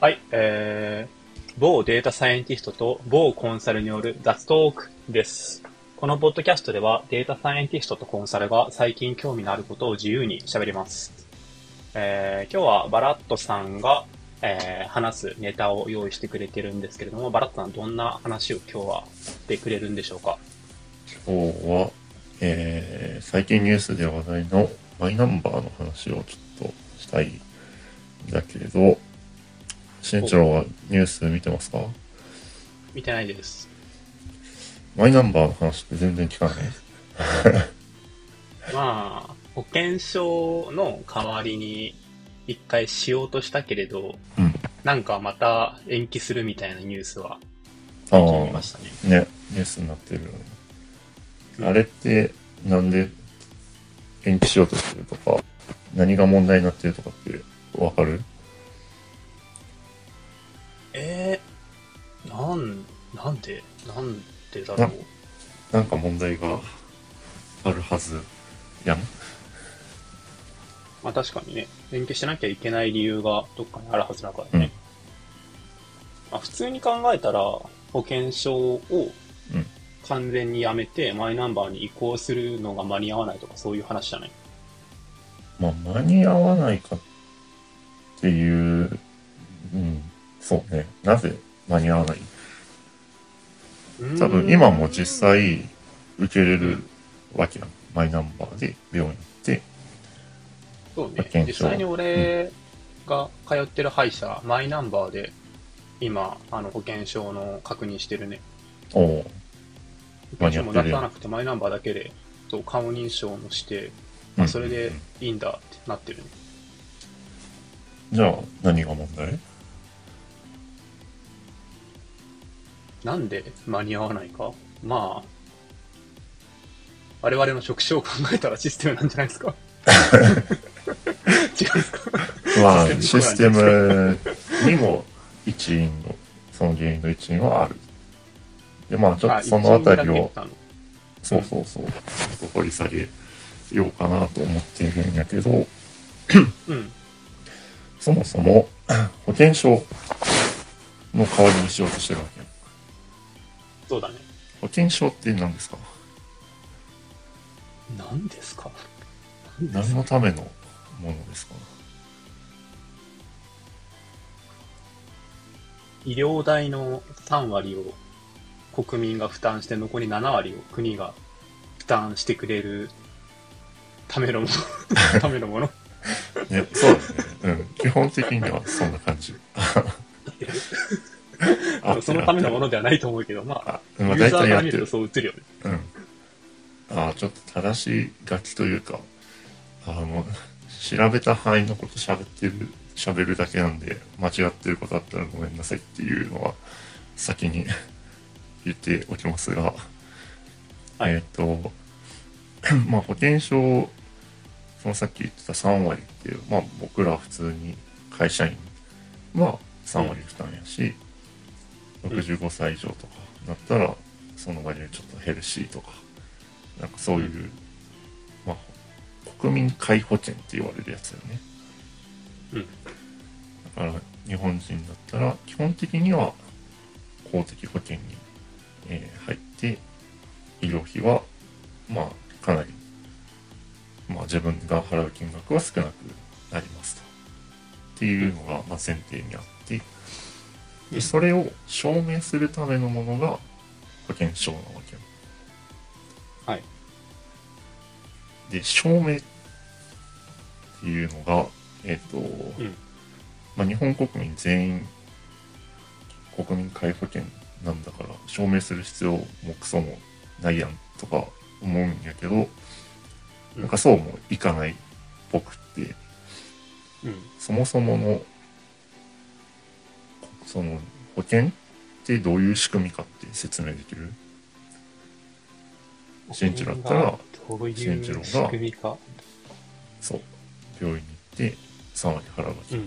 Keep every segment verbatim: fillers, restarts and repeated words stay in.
はい、えー、某データサイエンティストと某コンサルによる雑トークです。このポッドキャストではデータサイエンティストとコンサルが最近興味のあることを自由に喋ります。えー、今日はバラットさんが、えー、話すネタを用意してくれてるんですけれども、バラットさんどんな話を今日はしてくれるんでしょうか？ 今日は、えー、最近ニュースで話題のマイナンバーの話をちょっとしたいんだけれど、しんちろうはニュース見てますか？ 見てないです。 マイナンバーの話って全然聞かない。 まあ、保険証の代わりに一回しようとしたけれど、 うん。 なんかまた延期するみたいなニュースはあ最近見ましたね。 あ、ね、ニュースになってるよね。 うんあれってなんで延期しようとしてるとか、何が問題になってるとかってわかる？ えー、なん、なんで、なんでだろな、 う。 なんか問題があるはずやん。 まあ確かにね、延期しなきゃいけない理由がどっかにあるはずだからうん。 ね。まあ普通に考えたら、保険証をうん。 完全にやめてマイナンバーに移行するのが間に合わないとかそういう話じゃない？ まあ、間に合わないかっていう、うん、そうね。なぜ間に合わない？ うー多分今もん。 実際受けれるうん。 わけやん。マイナンバーで病院行ってそうね。 保険証。 実際にうん。 俺が通ってる歯医者、マイナンバーで今、あの保険証の確認してるね。 おお、 保間険証も出に合ってるやん。 さなくてマイナンバーだけで、そう、顔認証もして、あ、 うんうんうん。 それでいいんだってなってるね。 じゃあ何が問題？ なんで間に合わないか。まあ、我々の職種を考えたらシステムなんじゃないですか。違うんですか？ まあ、 シシステステム事故なんじゃないですか。 ムにも一因の、その原因の一因はある。で、まあちょっあ、 とそのあ一員たりを、 だけあの、うん、 そうそうそう、掘り下げようかなと思っているんやけど、 うん、 そもそも保険証の代わりにしようとしてるわけよ。 そうだね。 保険証って何ですか？ 何ですか？何で何すか？ のためのものですか？ 医療代のさん割を国民が負担して残りなな割を国が負担してくれるためのものためのもの。 ね、そうですね。うん。基本的にはそんな感じ。合ってそのる合ってる。 ためのものではないと思うけど、まあ、 あ、まあユー大ザーから見ると体合ってる。 そう映るよね。 うん。あ、ちょっと正しい書きというか、あの、調べた範囲のこと喋ってる、喋るだけなんで、間違ってることあったらごめんなさいっていうのは先に言っておきますが、 はい。 えっと、まあ保険証、そのさっき言ってたさん割っていう、まあ僕ら普通に会社員はさんうん。 割負担やし、 うん。 ろくじゅうごさい以上とかなったら、その割合ちょっと減るしとか、なんかそううん。 いう、まあ、国民皆保険って言われるやつよね。 うん。 だから日本人だったら基本的には公的保険に、えー入って、医療費は、まあ、かなり、まあ自分が払う金額は少なくなりますと。ってうん。 いうのが、まあ、前提にあって、で、 うん。 それを証明するためのものが保険証なわけよ。 はい。 で、証明っていうのが、えっ、と、 うん。 まあ、日本国民全員国民皆保険なんだから証明する必要もクソもないやんとか思うんやけど、 うん。 なんかそうもいかないっぽくって、 うん。 そもそものその保険ってどういう仕組みかって説明できる？ 保新一郎だ険がったら、 どう新一いう仕郎が、 組みか。 そう、病院に行ってさん割払うわけ。 うん。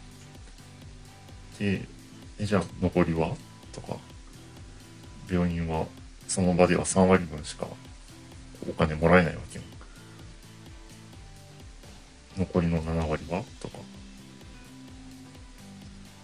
で、え、じゃあ残りはとか、病院はその場ではさん割分しかお金もらえないわけよ。残りのなな割はとか。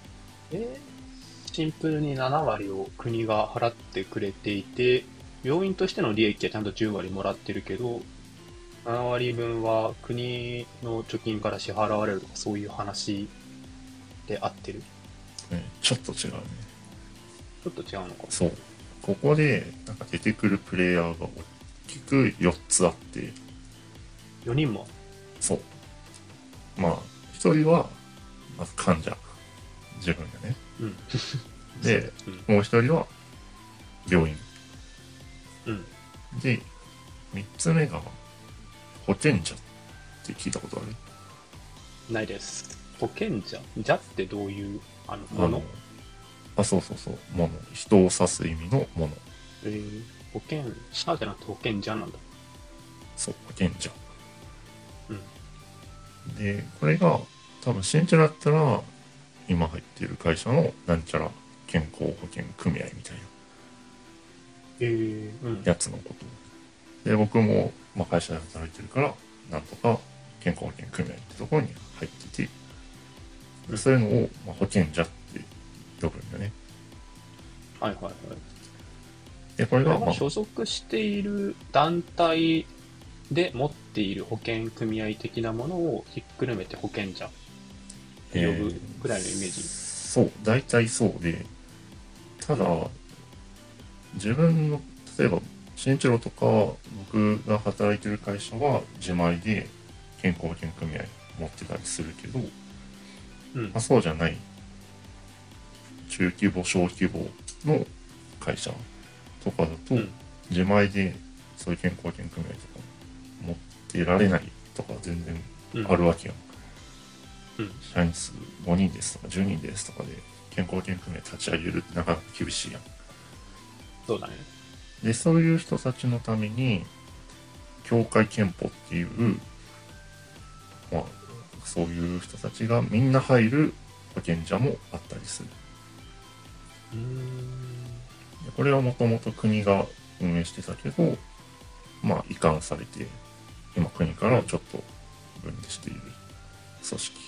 えーシンプルになな割を国が払ってくれていて、病院としての利益はちゃんとじゅう割もらってるけど、なな割分は国の貯金から支払われるとか、そういう話で合ってる？ ね、ちょっと違うね。 ちょっと違うのか。 そう。ここで、なんか出てくるプレイヤーが大きくよっつあって、 よにんも。 そう。まあ、ひとりは、まず患者。自分がね。 うん。 で、 うん。 もうひとりは病院。 うん。 で、みっつめが保険者って聞いたことある？ ないです。保険者じゃってどういう、あの、もの？ あの、あ、そうそうそう。もの。人を指す意味のもの。 えー、保険者じゃなくて保険者なんだ。 そう、保険者。 うん。 で、これが、多分、新茶だったら、今入っている会社のなんちゃら健康保険組合みたいなえー、うん。 やつのこと。で、僕も、まあ、会社で働いてるから、なんとか健康保険組合ってところに入ってて、でそういうのを、まあ、保険者って呼ぶんだよね。 はいはいはい。 で、これが、 これはまあ、 所属している団体で持っている保険組合的なものをひっくるめて保険者って呼ぶぐらいのイメージ。 そう、大体そうで、ただ、自分の、例えば、新一郎とか、僕が働いてる会社は、自前で健康保険組合持ってたりするけど、 うん。 まあ、そうじゃない、中規模、小規模の会社とかだと、 うん。 自前でそういう健康保険組合とか持ってられないとか全然うん。 あるわけやん。 うん。 社員数ごにんですとかじゅうにんですとかで健康保険組合立ち上げるってなかなか厳しいやん。 そうだね。 で、そういう人たちのために、協会憲法っていう、まあ、そういう人たちがみんな入る保険者もあったりする。 うーん。 でこれはもともと国が運営してたけど、まあ移管されて、今国からちょっと分離している組織。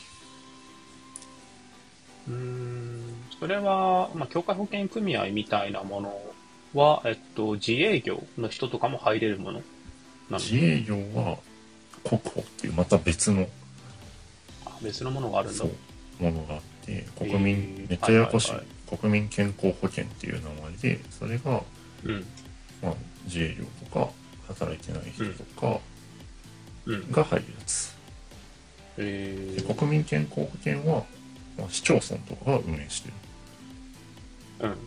うーん。それは、まあ、協会保険組合みたいなものは、えっと、自営業の人とかも入れるものなの？ 自営業は国保っていうまた別の、 あ、別のものがあるんだ。 そうものがあって、国民、 えーめっちゃややこしい、 はいはいは国民健康保険っていう名前で、それが、 うん。 まあ、自営業とか働いてない人とかうん。 が入るやつ。 えー、 で国民健康保険は、まあ、市町村とかが運営してる。 うん。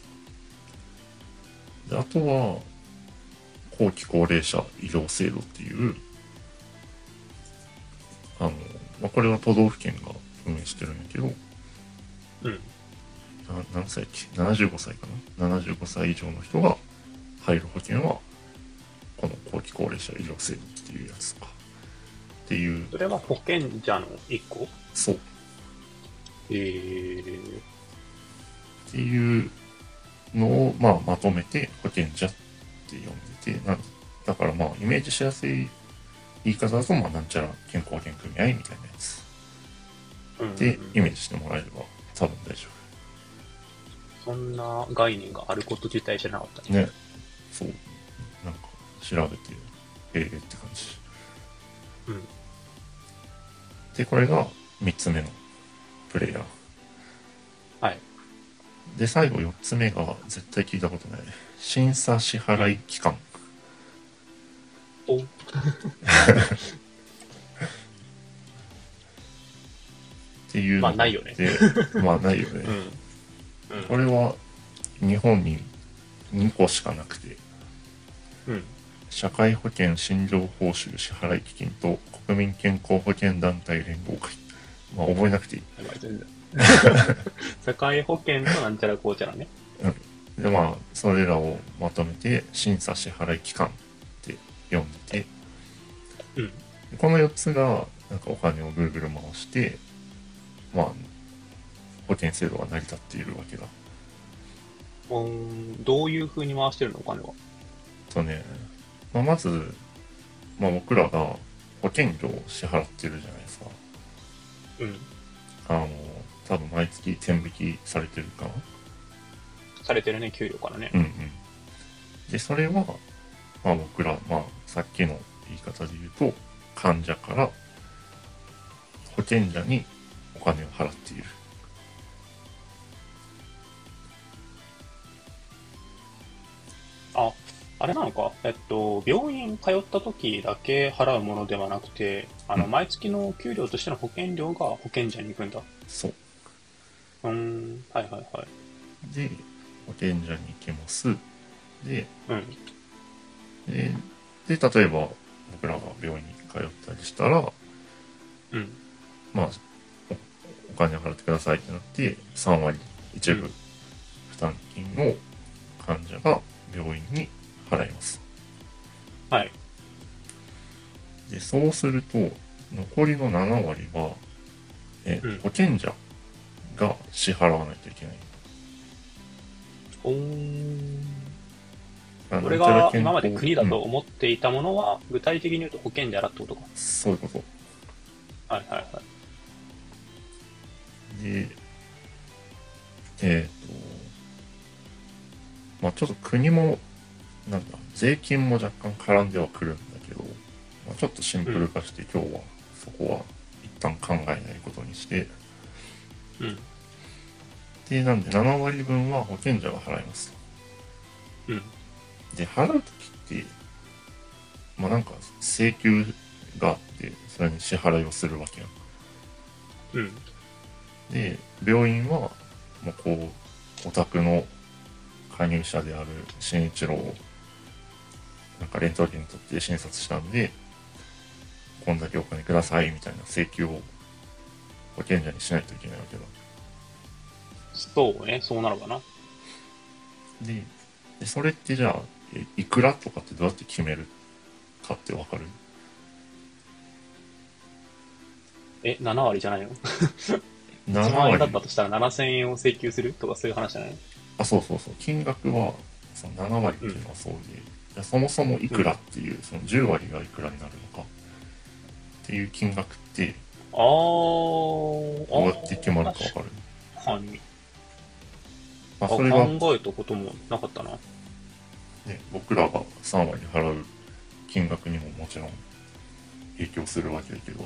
であとは、後期高齢者医療制度っていう、あの、まあ、これは都道府県が運営してるんやけど、 うん。 な何歳っけ ?ななじゅうご 歳かな ?ななじゅうご 歳以上の人が入る保険は、この後期高齢者医療制度っていうやつか。っていう、 それは保険者の一個？ そう。っえー、 ていうのを、まあ、まとめて保険者って呼んでて、なんだからまあ、イメージしやすい言い方だと、まあ、なんちゃら健康保険組合みたいなやつうんうんでうん、 イメージしてもらえれば多分大丈そんな概念があること自体じゃなかった夫。ね。そう。なんか、調べて、ええって感じ。 うん。 で、これがみっつめのプレイヤー。 はい。 で、最後よっつめが絶対聞いたことない。審査支払い機関。 お、 っていうのがまあないよね。 で、まあないよね。 うん。うん。 これは日本ににこしかなくて、 うん。 社会保険診療報酬支払い基金と国民健康保険団体連合会。まあ覚えなくていい。 まあ全然。社会保険となんちゃらこうちゃらね。 うん。で、まあ、それらをまとめて審査支払い機関って呼んでて、 うん。 このよっつがなんかお金をぐるぐる回して、まあ、保険制度が成り立っているわけだ。 うーん、どういう風に回してるのお金は？ とね、まあ、まず、まあ、僕らが保険料を支払ってるじゃないですか。 うん。 あの、 多分毎月天引きされてるかな。 されてるね、給料からね。 うんうん。で、それは、まあ僕ら、まあさっきの言い方で言うと、患者から保険者にお金を払っている。 あ、あれなのか。えっと、病院通った時だけ払うものではなくて、あの、 うん毎月の給料としての保険料が保険者に行くんだ。 そう。 うーん、はいはいはい。 で、保険者に行きます。で、 うん、 で、で例えば僕らが病院に通ったりしたら、 うん、 まあ、おお金を払ってくださいってなって、さん割一部うん。 負担金を患者が病院に払います。 はい。 で、そうすると、残りのなな割は、えうん。 保険者が支払わないといけない。 おーん。 あの俺うちら健が今まで康国だとうん、 思っていたものは、具体的に言うと保険者だってことか。 そういうこと。 はいはいはい。 で、えっ、と、まあちょっと国も、なんだ、税金も若干絡んではくるんだけど、まあ、ちょっとシンプル化して今日はそこは一旦考えないことにして、 うん。 で、なんでなな割分は保険者が払いますと。 うん。 で、払うときって、まあなんか請求があって、それに支払いをするわけやん。 うん。 で、病院は、もうこう、お宅の加入者である新一郎を、なんかレントゲン取って診察したんで、こんだけお金くださいみたいな請求を保険者にしないといけないわけだ。 そうね、そうなるかな。 で、でそれってじゃあ、えいくらとかってどうやって決めるかってわかる？ え、なな割じゃないの？ 7 いち 万円だった割、 としたらななせんえんを請求するとかそういう話じゃないの？ あ、そうそうそう、金額は、そのなな割っていうのはそうで、じゃあそもそもいくらっていう、そのじゅう割がいくらになるのかっていう金額って、 あー、 どうやって決まるかわかる？ 確かに。 まあ、 あ、 それが、ね、 考えたこともなかったな。 僕らがさん割払う金額にももちろん影響するわけだけど、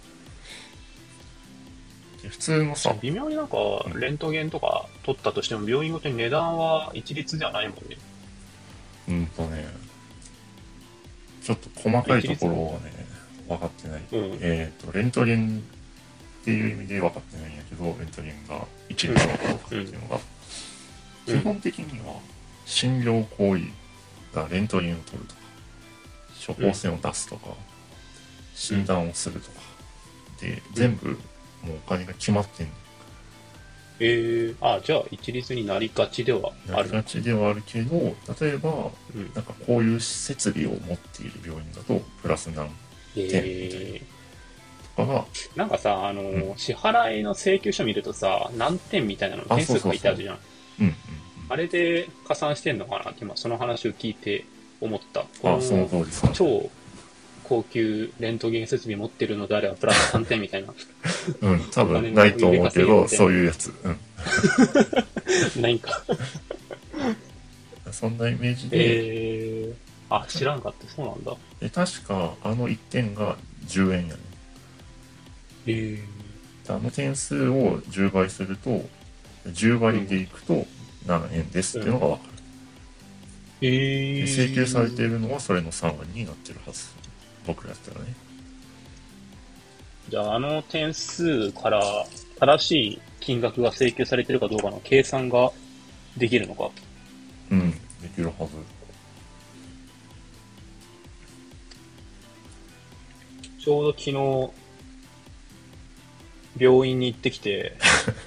で普通のさ、 微妙になんか、 うんレントゲンとか取ったとしても、病院ごとに値段は一律じゃないもんね。 うんとね、ちょっと細かいところはね、分かってない。 うん。 えっ、と、レントゲンっていう意味で分かってないんやけど、レントゲンが一律なのかどうかっていうのが、 うん。 基本的には診療行為がレントゲンを取るとか、処方箋を出すとか、診断をするとか、で、全部もうお金が決まってんの。 えー、あ、じゃあ一律になりがちではある。 なりがちではあるけど、例えば、 うん。 なんかこういう設備を持っている病院だと、プラス何点みたいえなとかが、 ー、なんかさ、あのーうん支払いの請求書見るとさ、何点みたいなのあ点数書いてあるじゃん。 うんうんあれで加算してんのかなって今その話を聞いて思った。 うん。あ、 こその通りその通り。 超高級レントゲン設備持ってるのであればプラスさんてんみたいな。 うん、多分ないと思うけど、そういうやつ。うないんか。 ん。そんなイメージで、 えー、あ、知らんかった。そうなんだ。 で確かあのいってんがじゅうえんやね。 えー、 であの点数をじゅうばいすると、じゅう割でいくとななえんですっていうのがわかる。 えでー、 請求されているのはそれのさん割になってるはず。僕らやったらね。 じゃああの点数から正しい金額が請求されてるかどうかの計算ができるのか。 うん、できるはず。 ちょうど昨日、病院に行ってきて、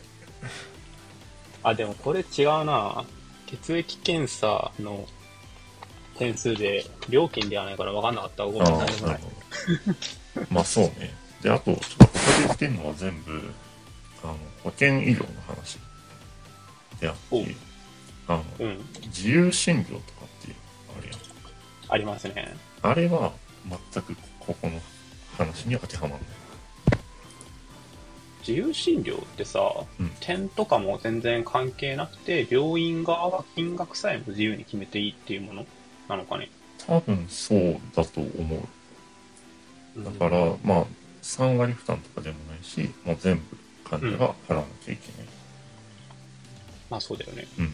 あ、でもこれ違うな。血液検査の点数で、料金ではないから分かんなかった。ごめんああ、 なさい。 なるほど。まあそうね。で、あと、ちょっとここで言ってるのは全部、あの、保険医療の話であっおうて、あの、 うん。 自由診療とかってあるやん。 ありますね。 あれは全くここの話には当てはまらない。 自由診療ってさ、 うん、 点とかも全然関係なくて、病院側が金額さえも自由に決めていいっていうものなのかね。 多分そうだと思う。 うん、 だから、まあ、さん割負担とかでもないし、もう全部患者が払わなきゃいけない。 まあそうだよね。 うん。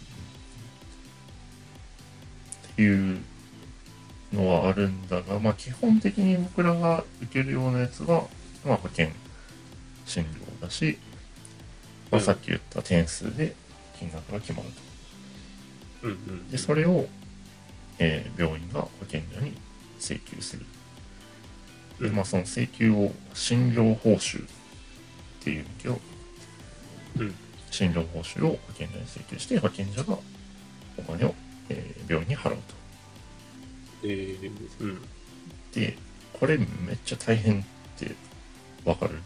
っていうのはあるんだが、まあ基本的に僕らが受けるようなやつは、まあ保険診療だし、まあ、さっき言った点数で金額が決まると。 うんうん、 で、それを、えー病院が保険者に請求する。で、まあその請求を診療報酬っていうんだけど、 うん、 診療報酬を保険者に請求して、保険者がお金を、えー病院に払うと。 えー、うん。 で、これめっちゃ大変ってわかる？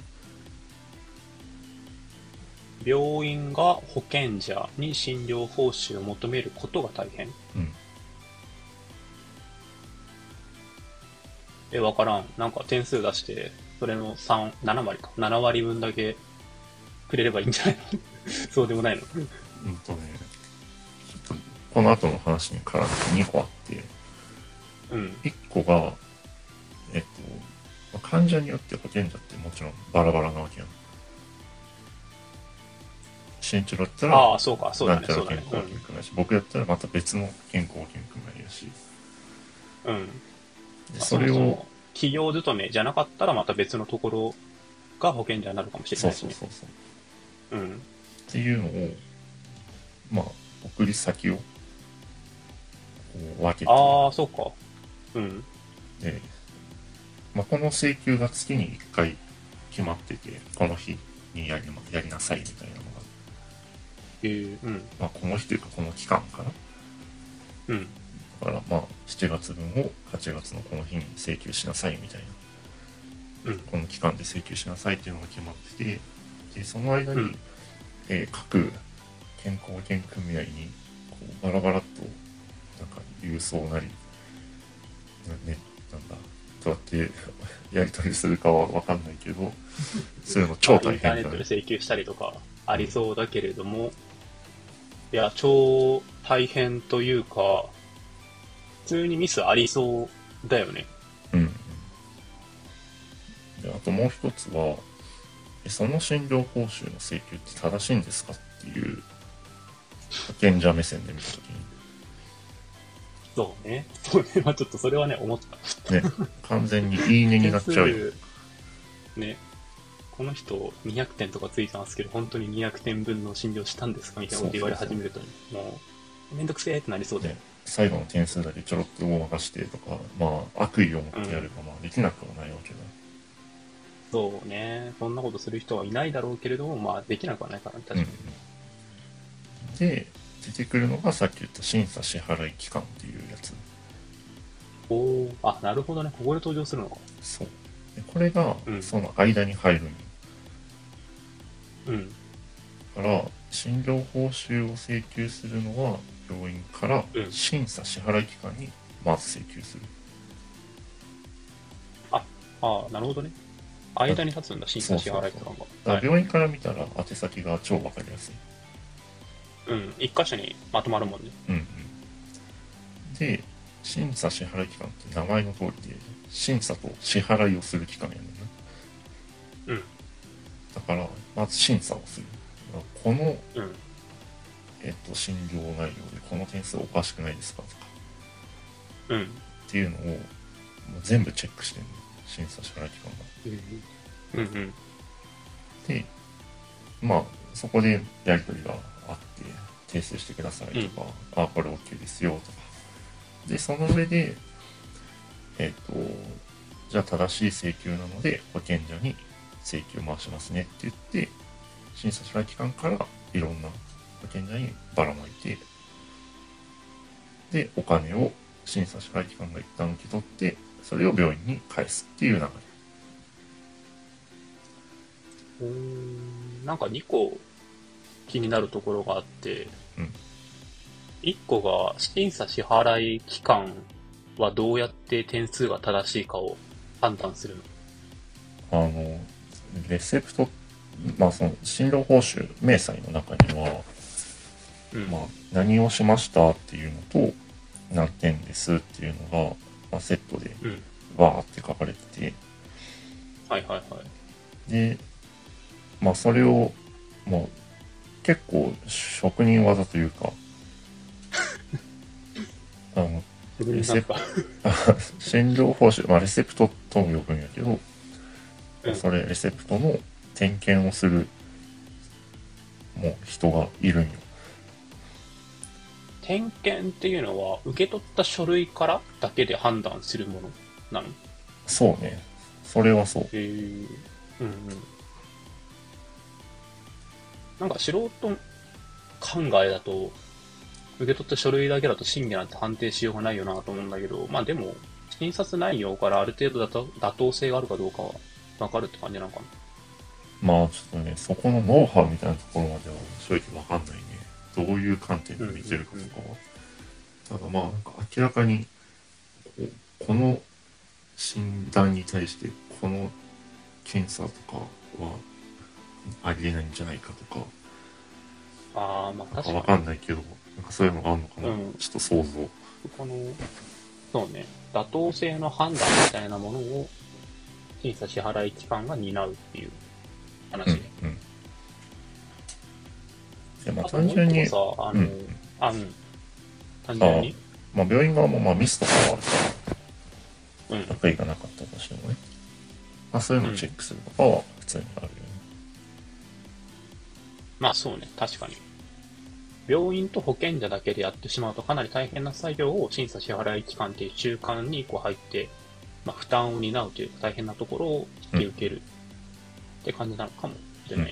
病院が保険者に診療報酬を求めることが大変。 うん。 え、わからん。なんか点数出して、それのさん、なな割か。なな割分だけくれればいいんじゃないの？そうでもないの？ うんとね、ちょっとこの後の話に絡んでにこあって、 うん。 いっこが、えっと、患者によって保険者ってもちろんバラバラなわけやん。新一郎だったら、 ああ、そうか、そうなんだね、 ちゃら健康そうだね。 保険組合やし、僕やったらまた別の健康保険組合やし、 うん。うん。 でまあ、 それを、 そもそも、企業勤めじゃなかったらまた別のところが保険者になるかもしれそうないしね。 そうそうそう。 うん。 っていうのを、まあ、送り先をこう分けて、 ああ、そうか。うん。 で、まあ、この請求が月にいっかい決まってて、この日にやり、やりなさいみたいなのが、 えー、うん。 まあ、この日というかこの期間かな。 うん。 だからまあ、しちがつぶんをはちがつのこの日に請求しなさいみたいな。 うん。 この期間で請求しなさいっていうのが決まってて、で、その間に、 うん。 えー各健康保険組合にこうバラバラっとなんか郵送なり、ね、なんだどうやってやり取りするかは分かんないけど、そういうの超まあ、イ大ンターネ変だね。 ットで請求したりとかありそうだけれども、いや、超大変というか、普通にミスありそうだよね。 うん。で、あともう一つは、えその診療報酬の請求って正しいんですかっていう保険者目線で見たときに、 そうね。そうね。まあちょっとそれはね、思った。 ね、完全にいいねになっちゃうよ。 点数ね、この人にひゃくてんとかついたんですけど、本当ににひゃくてんぶんの診療したんですかみたいなこと言われ始めると、もう、めんどくせえってなりそうで。 ね、最後の点数だけちょろっとごまかしてとか、まあ悪意を持ってやればまあできなくはないわけだ。 そうね。そんなことする人はいないだろうけれども、まあできなくはないからね、確かに。 うん、で、出てくるのがさっき言った審査支払い期間っていうやつ。 おお、あ、なるほどね。ここで登場するのか。 そう。でこれがうん。 その間に入るんよ。 うん。 だから、診療報酬を請求するのは病院からうん。 審査支払い期間にまず請求する。 あ、ああ、なるほどね。間に立つんだ、審査支そうそうそう。 払いとかが。 だからはい。 病院から見たら宛先が超わかりやすい。 うん。一箇所にまとまるもんね。 うんうん。で、審査支払い期間って名前の通りで、審査と支払いをする期間やねんな。 うん。 だから、まず審査をする。この、 うん。 えっと、診療内容でこの点数おかしくないですかとか、 うん。 っていうのをもう全部チェックしてるの。審査支払い期間が。 うん。うん。うん。 で、まあ、そこでやり取りがあって、訂正してくださいとか、うん、あ、これ OK ですよとか。で、その上で、えっと、じゃあ正しい請求なので、保険者に請求回しますねって言って、審査支払い期間からいろんな保険者にばらまいて、で、お金を審査支払い期間が一旦受け取って、それを病院に返すっていう流れ。 うーん。なんかにこ気になるところがあって、 うん。 いっこが審査支払い期間はどうやって点数が正しいかを判断するの？ あの、レセプトまあその診療報酬明細の中には、 うん。 まあ何をしましたっていうのと何点ですっていうのが、まあ、セットでうん。 わーって書かれてて、 はいはいはい。 でまあそれをもう結構職人技というか、あの自分レセプなんか診療報酬、まあレセプトとも呼ぶんやけど、 うん。 それレセプトの点検をするもう人がいるんよ。 点検っていうのは、受け取った書類からだけで判断するものなの？ そうね。それはそう。 へえ。うんうん。なんか素人考えだと、受け取った書類だけだと真偽なんて判定しようがないよなと思うんだけど、まあでも、診察内容からある程度だと妥当性があるかどうかはわかるって感じなのかな。 まあちょっとね、そこのノウハウみたいなところまでは正直わかんないね。どういう観点で見てるかとかは。ただまあなんか明らかにこうこの診断に対してこの検査とかはありえないんじゃないかとか、 ああ、まあなんかわ確かに。 かんないけど、なんかそういうのがあるのかな。 うん。 ちょっと想像。 この、そうね、妥当性の判断みたいなものを審査支払い機関が担うっていううん話で。 うん。でまああともう単純に、 一個さ、あの、 うん。 あ、うん、単純に、 まあ病院側もまあミスとかはあるかうん、 ら、悪意がなかったとしてもね。まあそういうのをチェックするとかは普通にあるよね。 まあそうね、確かに。病院と保険者だけでやってしまうとかなり大変な作業を審査支払い機関っていう中間にこう入って、まあ、負担を担うというか大変なところを引き受けるって感じなのかもしれうん。 ない。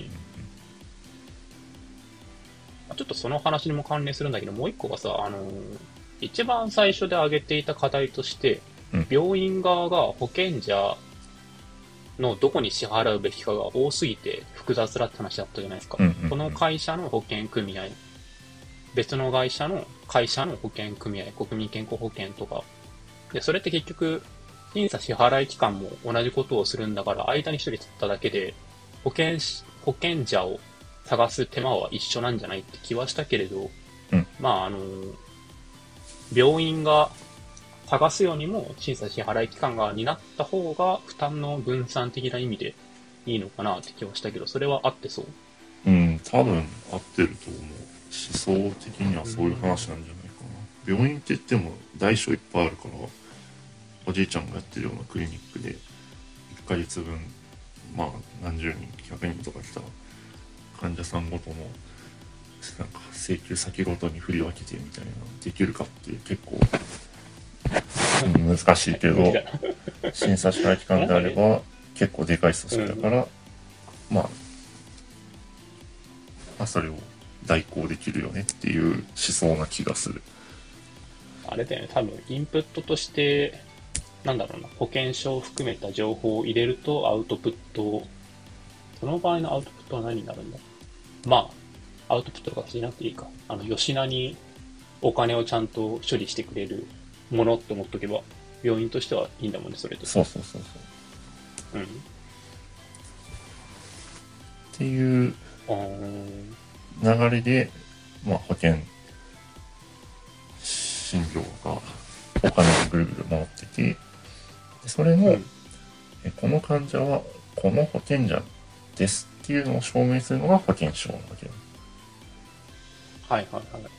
まあちょっとその話にも関連するんだけど、もう一個がさ、あのー一番最初で挙げていた課題として、 うん病院側が保険者のどこに支払うべきかが多すぎて複雑だって話だったじゃないですか。 うんうんうん。 この会社の保険組合、別の会社の会社の保険組合、国民健康保険とか。で、それって結局、審査支払い機関も同じことをするんだから、間に一人取っただけで、保険し、保険者を探す手間は一緒なんじゃないって気はしたけれど、 うんまあ、あの、病院が探すようにも審査支払い機関が担った方が負担の分散的な意味でいいのかなって気はしたけど、それは合ってそう？ うん、多分合ってると思う。思想的にはそういう話なんじゃないかな。病院って言っても大小いっぱいあるから、おじいちゃんがやってるようなクリニックでいっかげつぶん、まあ何十人、ひゃくにんとか来た患者さんごとのなんか請求先ごとに振り分けてみたいなできるかっていう結構うん難しいけど、審査支払い機関であれば結構でかい組織だから、まあ、まあそれを代行できるよねっていう思想な気がする。 あれだよね、多分インプットとして、なんだろうな、保険証を含めた情報を入れるとアウトプットを、その場合のアウトプットは何になるんだ？まあ、アウトプットとかしなくていいか。あの、吉名にお金をちゃんと処理してくれるものって思っとけば、病院としてはいいんだもんね、それと。 そうそうそうそう。 うん。 っていうあー流れで、まあ、保険診療がお金がぐるぐる回ってて、それも、 うん。 えこの患者はこの保険者ですっていうのを証明するのが保険証なわけよ。 はいはいはい。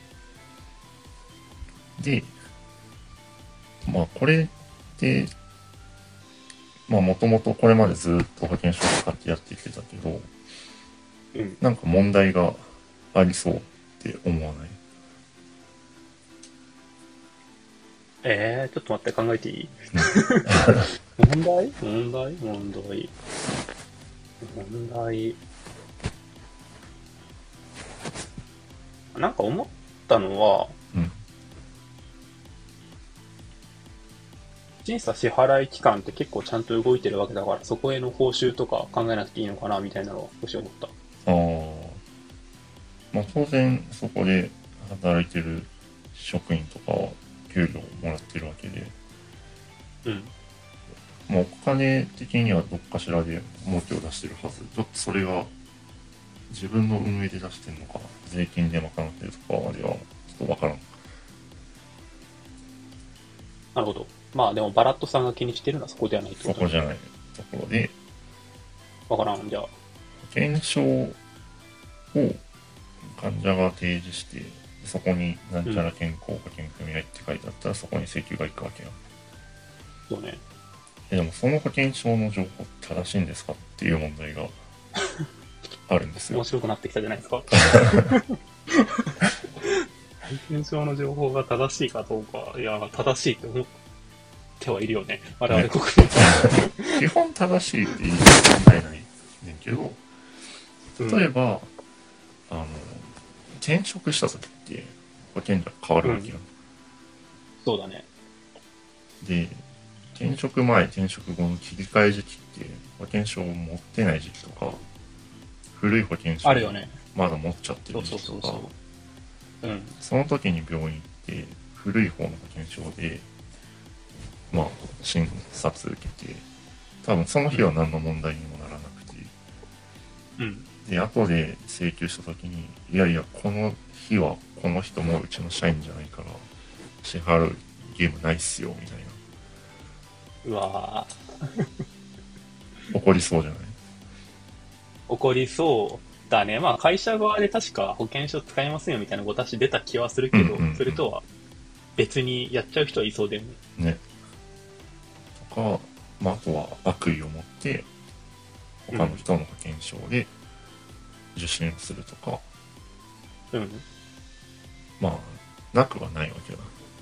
で、まあこれってまあもともとこれまでずっと保険証を使ってやってきてたけど、 うん。 なんか問題がありそうって思わない？ えー、ちょっと待って考えていい？問題問題問題問題。なんか思ったのは、 うん審査支払い機関って結構ちゃんと動いてるわけだから、そこへの報酬とか考えなくていいのかなみたいなのは少し思った。 ああ、まあ当然そこで働いてる職員とかは給料をもらってるわけで、 うん。 まあお金的にはどっかしらで儲けを出してるはず。ちょっとそれが自分の運営で出してるのか、税金で賄ってるとかまではちょっとわからん。 なるほど。まあでもバラットさんが気にしてるのはそこではないってことそこじゃないところで、 わからん、じゃあ。 保険証を患者が提示して、そこになんちゃら健康保険組合って書いてあったら、そこに請求が行くわけよ。 そうね。 でもその保険証の情報正しいんですかっていう問題があるんですよ。 面白くなってきたじゃないですか。保険証の情報が正しいかどうか、いや、正しいって思ってはいるよね。我々国民。 基本正しいって言い問題ないねんけど、例えば、うん、あの、転職した時って保険料変わるわけよ、うん。 そうだね。 で、転職前、転職後の切り替え時期って保険証を持ってない時期とか、古い保険証をまだ持っちゃってる時期とか、その時に病院行って古い方の保険証で、まあ、診察受けて、多分その日は何の問題にもならなくて、 うん、 で、後で請求した時に、いやいや、この日はこの人もうちの社員じゃないから、支払う義務ないっすよ、みたいな。 うわぁ。怒りそうじゃない？ 怒りそうだね。まあ会社側で確か保険証使えませんよみたいなごたし出た気はするけど、うんうんうん、それとは別にやっちゃう人はいそうだよね。 ね。とか、まあ、あとは悪意を持って他の人の保険証で受診するとか、 うん、 まあなくはないわけだ。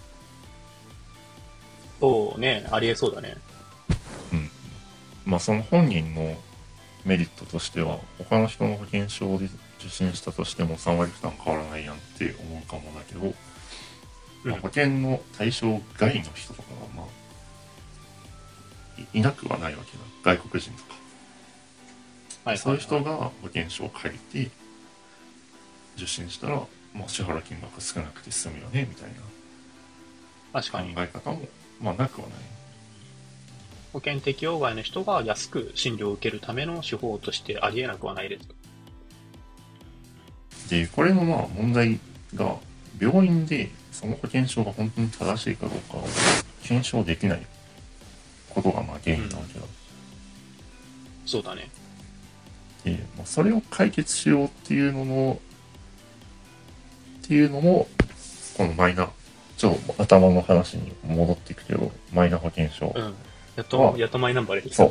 そうね、ありえそうだね。 うん。まあその本人のメリットとしては、他の人の保険証で受診したとしてもさん割負担変わらないやんって思うかもだけど、まあ、保険の対象外の人とかはまあ い, いなくはないわけだ。外国人とか。はいはいはい、そういう人が保険証を借りて受診したら、まあ、支払金額少なくて済むよねみたいな考え方もまあなくはない。 保険適用外の人が安く診療を受けるための手法としてありえなくはないです。 で、これのまあ問題が、病院でその保険証が本当に正しいかどうかを検証できないことがまあ原因なわけだ。うん、 そうだね。 で、まあ、それを解決しようっていうのの、っていうのも、このマイナ、ちょっと頭の話に戻っていくけど、マイナ保険証。 うんやっと、やっとマイナンバー出てきた。 そう。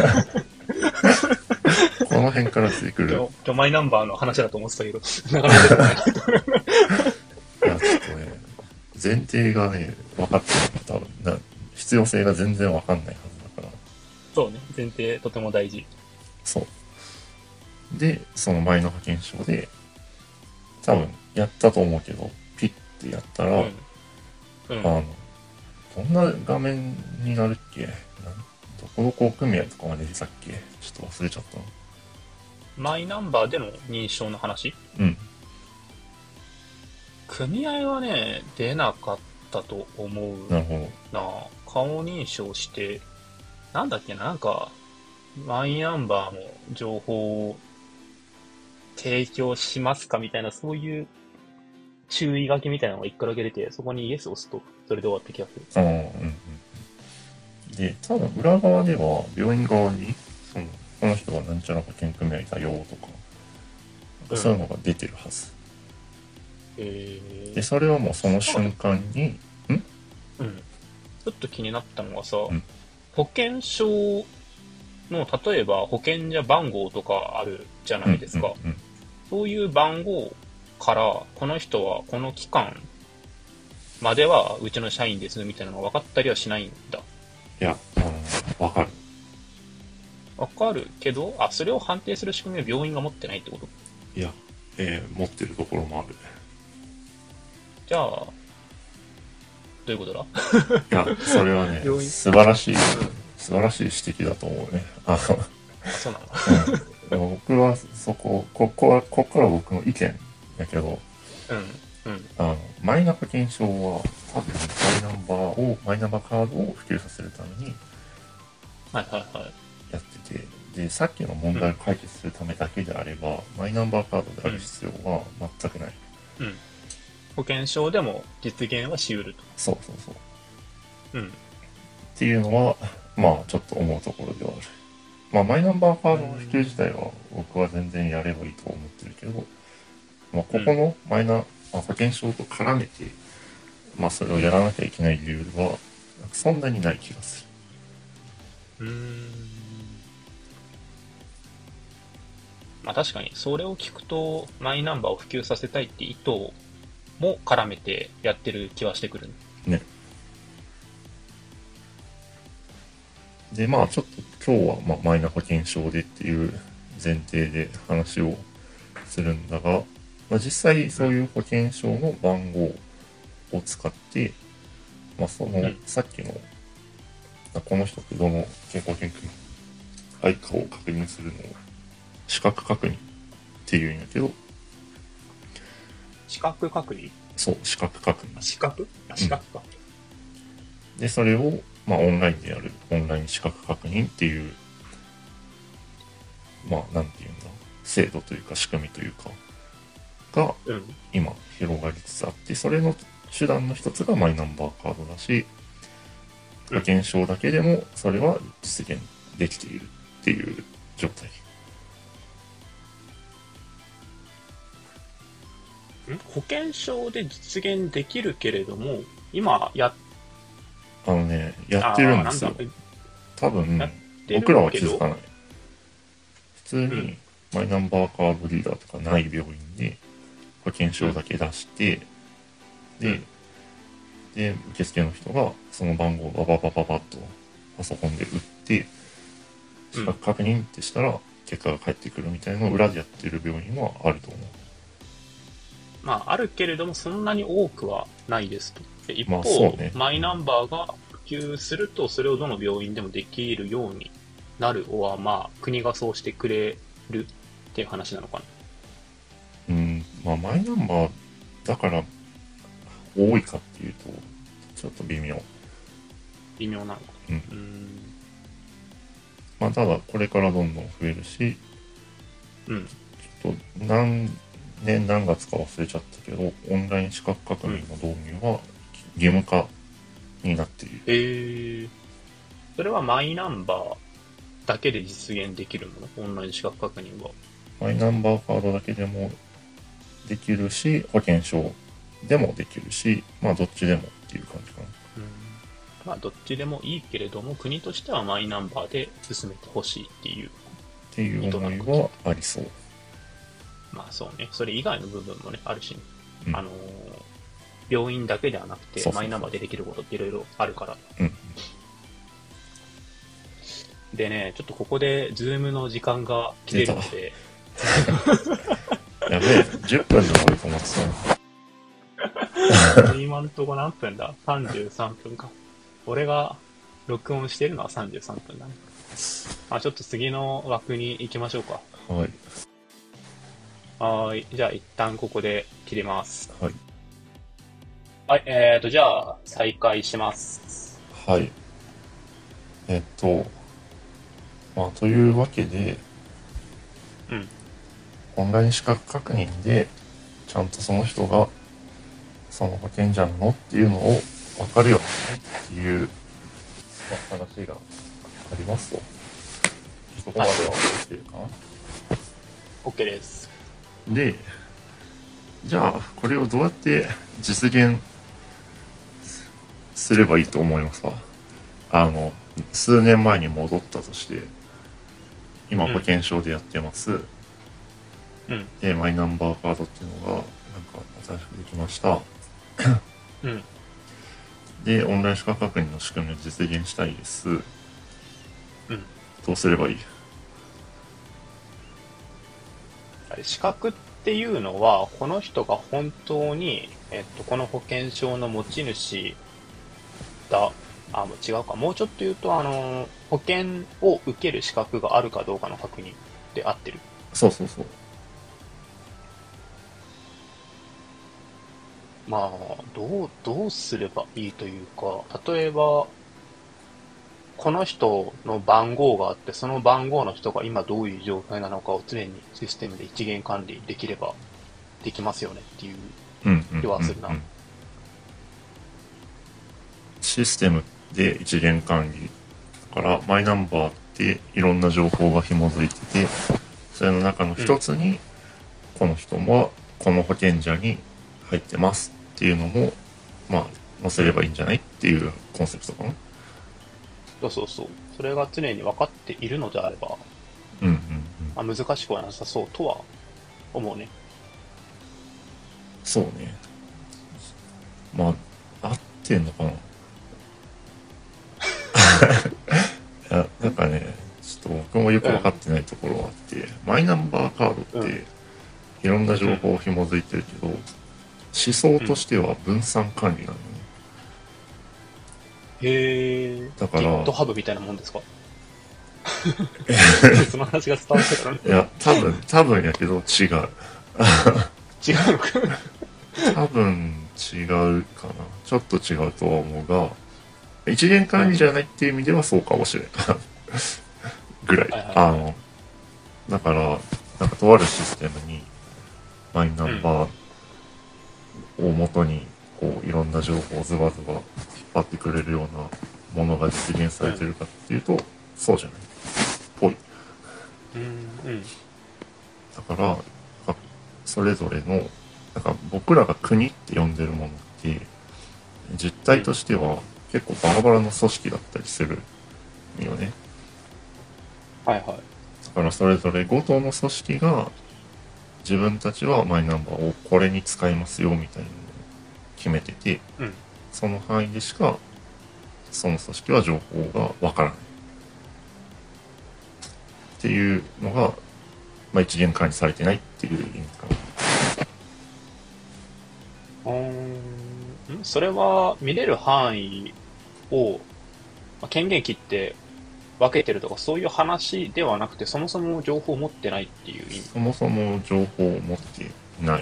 この辺から出てくる。 今日、今日マイナンバーの話だと思ってたけど、なかなか出てこない。いや、ちょっとね、前提がね、分かってない。多分な、必要性が全然分かんないはずだから。 そうね、前提とても大事。 そう。で、そのマイナ保険証で、多分やったと思うけど、ピッてやったら、うんうん、あの、どんな画面になるっけ？どこどこ組合とかまで出たっけ？ちょっと忘れちゃったな。 マイナンバーでの認証の話？ うん。 組合はね、出なかったと思うなるほど。な顔認証して、なんだっけな、なんか、マイナンバーの情報を提供しますかみたいな、そういう注意書きみたいなのが一個だけ出て、そこにイエスを押すと、それで終わった気がする。 ああ、うんうん。で、ただ裏側では、病院側に、その、この人がなんちゃら保険組合だよとか、うん、そういうのが出てるはず。 えー、 で、それはもうその瞬間に、ん？ うん。ちょっと気になったのがさ、 うん、 保険証の、例えば保険者番号とかあるじゃないですか。 うんうんうん、 そういう番号から、この人はこの期間まではうちの社員ですみたいなのが分かったりはしないんだ。 いや、あの、分かる。 分かるけど、あ、それを判定する仕組みは病院が持ってないってこと？ いや、えー、持ってるところもある。 じゃあ、どういうことだ？ いや、それはね、素晴らしい、うん、素晴らしい指摘だと思うね。あ、そうなの、 うん、でも僕はそこ、ここは、ここから僕の意見だけど、 うん、うん。 あの、マイナ保険証は、多分マイナンバーを、マイナンバーカードを普及させるために、 はいはいはい。 やってて、 で、さっきの問題を解決するためだけであれば、マイナンバーカードである必要は全くない。 うん。保険証でも実現はし得ると。 そうそうそう。 うん。 っていうのは、まあ、ちょっと思うところではある。まあ、マイナンバーカードの普及自体は、僕は全然やればいいと思ってるけど、まあ、ここのマイナ、まあ、保険証と絡めて、まあ、それをやらなきゃいけない理由は、そんなにない気がする。うーん。まあ確かに、それを聞くと、マイナンバーを普及させたいって意図も絡めてやってる気はしてくる。 ね。で、まあちょっと今日はまあマイナ保険証でっていう前提で話をするんだが、まあ、実際そういう保険証の番号を使って、まあその、さっきの、この人ってどの健康保険愛かを確認するのを資格確認っていうんやけど、 資格確認そう、資格確認。 資格あ、資格か、 うん。で、それを、まあ、オンラインでやる、オンライン資格確認っていう、まあ、なんていうんだ、制度というか仕組みというか、が、今、広がりつつあって、それの手段の一つがマイナンバーカードだし、保険証だけでもそれは実現できているっていう状態。 ん保険証で実現できるけれども、今やあのね、やってるんですよ。多分、僕らは気づかない。普通にマイナンバーカードリーダーとかない病院で保険証だけ出して、うん、で、で、受付の人がその番号をバババババッとパソコンで打って、資格確認ってしたら結果が返ってくるみたいなのを裏でやってる病院はあると思う。 まあ、あるけれども、そんなに多くはないですと。で一方、まあね、マイナンバーが普及すると、それをどの病院でもできるようになる、おは、まあ、国がそうしてくれるっていう話なのかな。 うん、まあ、マイナンバーだから多いかっていうと、ちょっと微妙。 微妙なのか。 うん。うんまあ、ただ、これからどんどん増えるし、 うん。 ちょっと、何年何月か忘れちゃったけど、オンライン資格確認の導入は義務化になっている。 へ、うん、えー。それはマイナンバーだけで実現できるもの？オンライン資格確認は。 マイナンバーカードだけでもできるし、保険証でもできるし、まあどっちでもっていう感じかな。 うん、まあどっちでもいいけれども、国としてはマイナンバーで進めてほしいっていう。 っていう思いはありそう。 まあそうね。それ以外の部分もね、あるし、ね、うん、あのー、病院だけではなくて、マイナンバーでできることっていろいろあるから。 うん。 でね、ちょっとここで、ズームの時間が切れるので。 やべえ、じゅっぷんで終わると思ってた。今んとこ何分だ ?さんじゅうさんぷんか。俺が録音してるのはさんじゅうさんぷんだね。あ、ちょっと次の枠に行きましょうか。 はい。 はい。じゃあ一旦ここで切ります。 はい。 はい、えーと、じゃあ再開します。 はい。えっと、まあ、というわけで、 うん。 オンライン資格確認で、ちゃんとその人が、その保険者なのっていうのを分かるよねっていう、まあ、話がありますと。そこまでは OK かな？ OK です。 で、じゃあ、これをどうやって実現すればいいと思いますか？あの、数年前に戻ったとして、今保険証でやってます。 うん。 で、マイナンバーカードっていうのが、なんか新しくできました。 うん。 で、オンライン資格確認の仕組みを実現したいです。うん。どうすればいい？ 資格っていうのは、この人が本当に、えっと、この保険証の持ち主だ、あ、もう違うか。もうちょっと言うと、あの、保険を受ける資格があるかどうかの確認で合ってる。 そうそうそう。 まあ、どう、どうすればいいというか、例えば、 この人の番号があって、その番号の人が今どういう状態なのかを常にシステムで一元管理できればできますよねっていう気はするな。 システムで一元管理だから、マイナンバーっていろんな情報が紐づいてて、それの中の一つに、この人もこの保険者に入ってますっていうのも、まあ載せればいいんじゃないっていうコンセプトかな。 そうそうそう。それが常に分かっているのであれば、 うんうんうん。 まあ、難しくはなさそうとは思うね。 そうね。まあ、合ってんのかな。いや、なんかね、ちょっと僕もよく分かってないところがあって、うん、マイナンバーカードって、いろんな情報を紐づいてるけど、うん、思想としては分散管理なのね。 うん、へえ。 だから、 GitHub みたいなもんですか？その話が伝わってたのね。 いや、多分、多分やけど違う。違うのか多分違うかな。ちょっと違うとは思うが、一元管理じゃないっていう意味ではそうかもしれないぐらい。あの、だから、なんかとあるシステムにマイナンバーを元に、こう、いろんな情報をズバズバ引っ張ってくれるようなものが実現されてるかっていうと、うん、そうじゃない。ぽい。 うんうん。 だから、それぞれの、なんか僕らが国って呼んでるものって、実態としては結構バラバラの組織だったりするよね。 はいはい。 だからそれぞれごとの組織が自分たちはマイナンバーをこれに使いますよみたいなのを決めてて、 うん、 その範囲でしかその組織は情報がわからないっていうのが、まあ、一元管理されてないっていう意味かな。うーん、それは見れる範囲を権限切って分けてるとかそういう話ではなくて、そもそも情報を持ってないっていう意味。 そもそも情報を持ってない。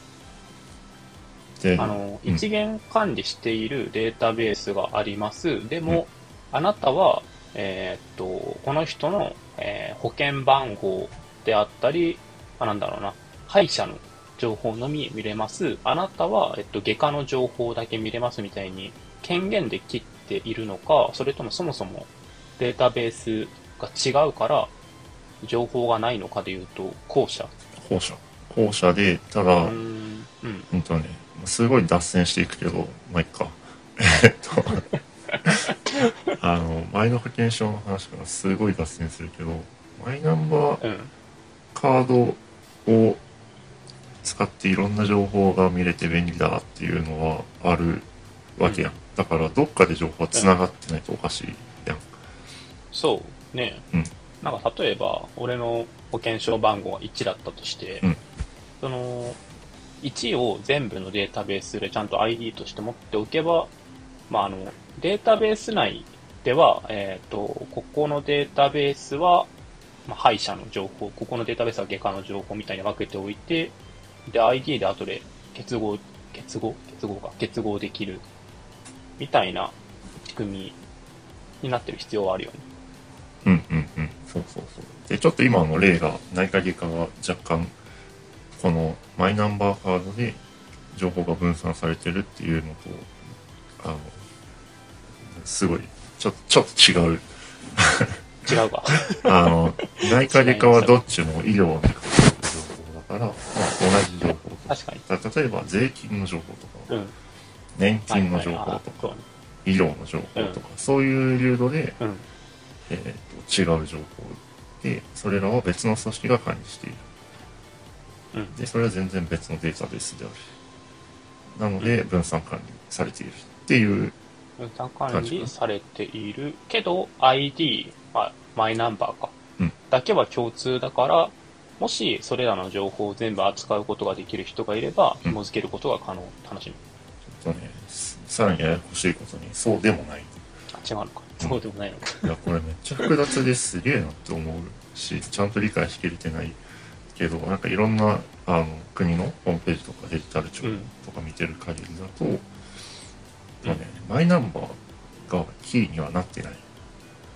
で、 あの、うん、一元管理しているデータベースがあります。でも、うん、あなたは、えー、っと、この人の、えー、保険番号であったり、あ、なんだろうな、歯医者の情報のみ見れます。あなたは、えっと、外科の情報だけ見れますみたいに権限で切っているのか、それともそもそもデータベースが違うから情報がないのかでいうと、後者。 後者。後者で、ただ、うん、うん、とね、すごい脱線していくけど、まあ、いっか。えっと、あの、前の保険証の話からすごい脱線するけど、マイナンバーカードを使っていろんな情報が見れて便利だっていうのはあるわけやん。うん、だから、どっかで情報は繋がってないとおかしいやん。うん、 そうね。うん。なんか例えば、俺の保険証番号がいちだったとして、うん、その、いちを全部のデータベースでちゃんと アイディー として持っておけば、まあ、あの、データベース内では、えっと、ここのデータベースは、まあ、歯医者の情報、ここのデータベースは外科の情報みたいに分けておいて、で、アイディー で後で結合、結合結合か、結合できる、みたいな仕組みになってる必要はあるよね。 うんうんうん。そうそうそう。で、ちょっと今の例が、内科外科が若干、このマイナンバーカードで情報が分散されてるっていうのと、あの、すごい、ちょ、ちょっと違う。 違うか。 あの、内科外科はどっちも医療に関する情報だから、まあ、同じ情報とか。 確かに。 例えば税金の情報とか、うん、年金の情報とか、医療の情報とか、うん、そういう流度で、うん、えーと、違う情報で、それらは別の組織が管理している。うん、で、それは全然別のデータベースである。なので、分散管理されているっていう。 分散管理されているけど、アイディー、まあ、マイナンバーか、うん、だけは共通だから、もしそれらの情報を全部扱うことができる人がいれば、紐付けることが可能。楽しみ。 ちょっとね、さらにややこしいことに、そうでもない。 あ、違うのか。そうでもないのか。 いや、これめっちゃ複雑ですげえなって思うし、ちゃんと理解しきれてないけど、なんかいろんなあの国のホームページとかデジタル庁とか見てる限りだと、うんね、マイナンバーがキーにはなってない。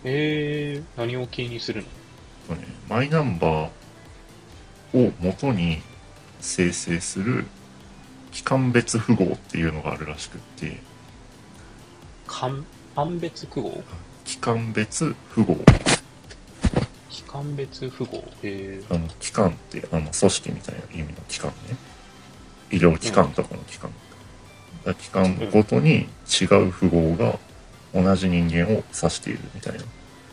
えー、何を気にするの？ ね、マイナンバーを元に生成する期間別符号っていうのがあるらしくって、 間、間別符号？ 期間別符号。 期間別符号。えあの、機関ってあの組織みたいな意味の機関ね。医療機関とかの機関。だから機関ごとに違う符号が同じ人間を指しているみたいな。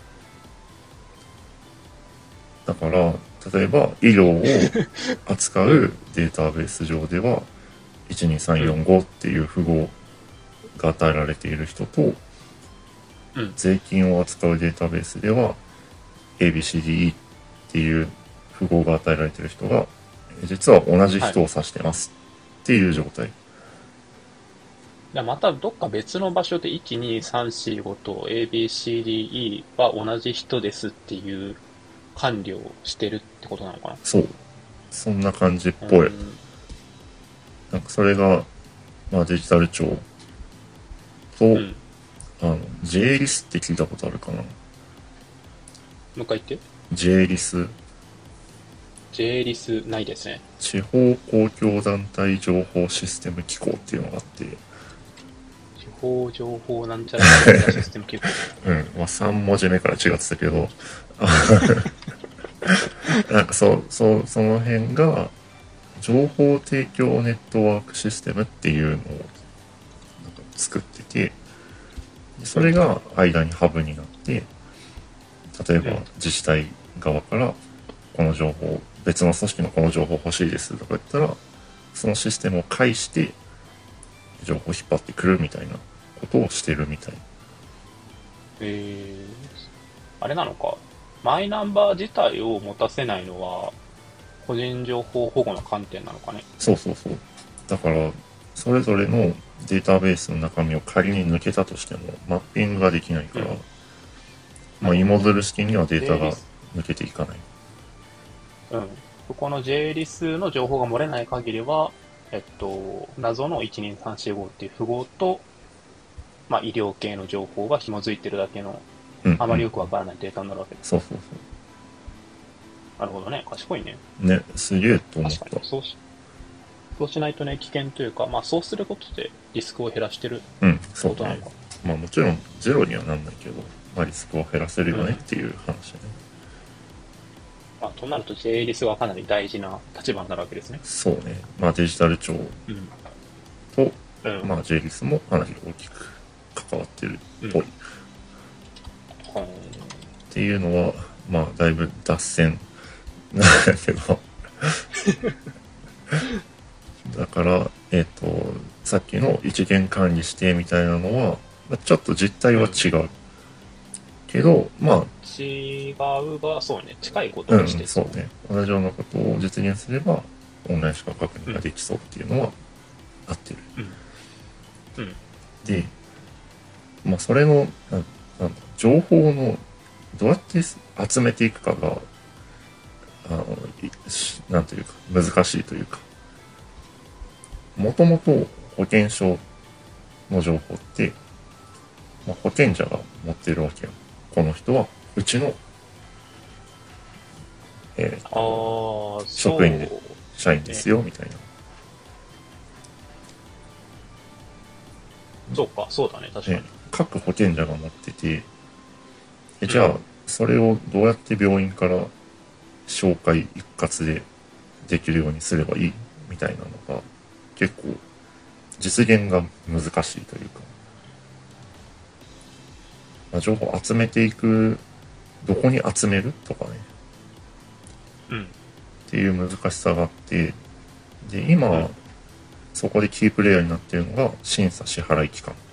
だから、例えば医療を扱うデータベース上では、いちにさんよんごっていう符号が与えられている人と、 うん。 税金を扱うデータベースでは エービーシーディーイー っていう符号が与えられている人が実は同じ人を指してますっていう状態。 じゃあまたどっか別の場所でいち、に、さん、よん、ごと エービーシーディーイー は同じ人ですっていう管理をしてるってことなのかな？ そう。そんな感じっうぽい。 ん。 なんかそれが、まあデジタル庁と、 うん。 あの、ジェイリスって聞いたことあるかな？ もう一回言って。 ジェイリス、 ジェイリスないですね。 地方公共団体情報システム機構っていうのがあって、 地方情報なんちゃらなんちゃらシステム機構。 うん、まあさん文字目から違ってたけど、なんかそう、そう、その辺が、情報提供ネットワークシステムっていうのをなんか作ってて、それが間にハブになって、例えば自治体側からこの情報、別の組織のこの情報欲しいですとか言ったら、そのシステムを介して情報を引っ張ってくるみたいなことをしてるみたい。 えー、あれなのか。マイナンバー自体を持たせないのは、個人情報保護の観点なのかね。 そうそうそう。だから、それぞれのデータベースの中身を仮に抜けたとしても、マッピングができないから、 うんまあ、芋づる式にはデータがジェイリス抜けていかない。 うん。そこの ジェイリス の情報が漏れない限りは、えっと、謎のいちにさんよんごっていう符号と、まあ、医療系の情報が紐づいてるだけの、 うん、うん。 あまりよくわからないデータになるわけです。 そうそうなるほどね。賢いね。 そう。ね、すげえと思った。 確かに。そうし、そうしないとね、危険というか、まあ、そうすることでリスクを減らしてるうん、そうね。 ことなのか。 まあもちろんゼロにはなんないけど、まあリスクを減らせるよねっていう話だね。 まあ、となると ジェイリス はかなり大事な立場になるわけですね。 そうね。まあデジタル庁うん。 と、 うん。 まあ ジェイリス もかなり大きく関わってるっぽい。 うん。 っていうのは、まあだいぶ脱線なんだけど、だから、えっ、と、さっきの一元管理指定みたいなのは、まあちょっと実態は違う。けど、まあ、 違うが、そうね、近いことうん、 をしてそうね。同じようなことを実現すれば、オンラインしか確認ができそうっていうのは合ってる。 うん。うん。 で、まあ、それの、ななんだ情報の、どうやって集めていくかが、あの、いしなんというか、難しいというか、もともと保険証の情報って、まあ、保険者が持っているわけよ。この人は、うちの、えーとああ、 職員でそう社員ですよ、みたいな。 そうか、そうだね、確かに。 ね、各保険者が持ってて、えじゃあ、それをどうやって病院から紹介一括でできるようにすればいいみたいなのが、結構、実現が難しいというか、まあ、情報を集めていく、どこに集めるとかね、 うん。 っていう難しさがあって、で、今、 うんそこでキープレイヤーになっているのが、審査支払い機関。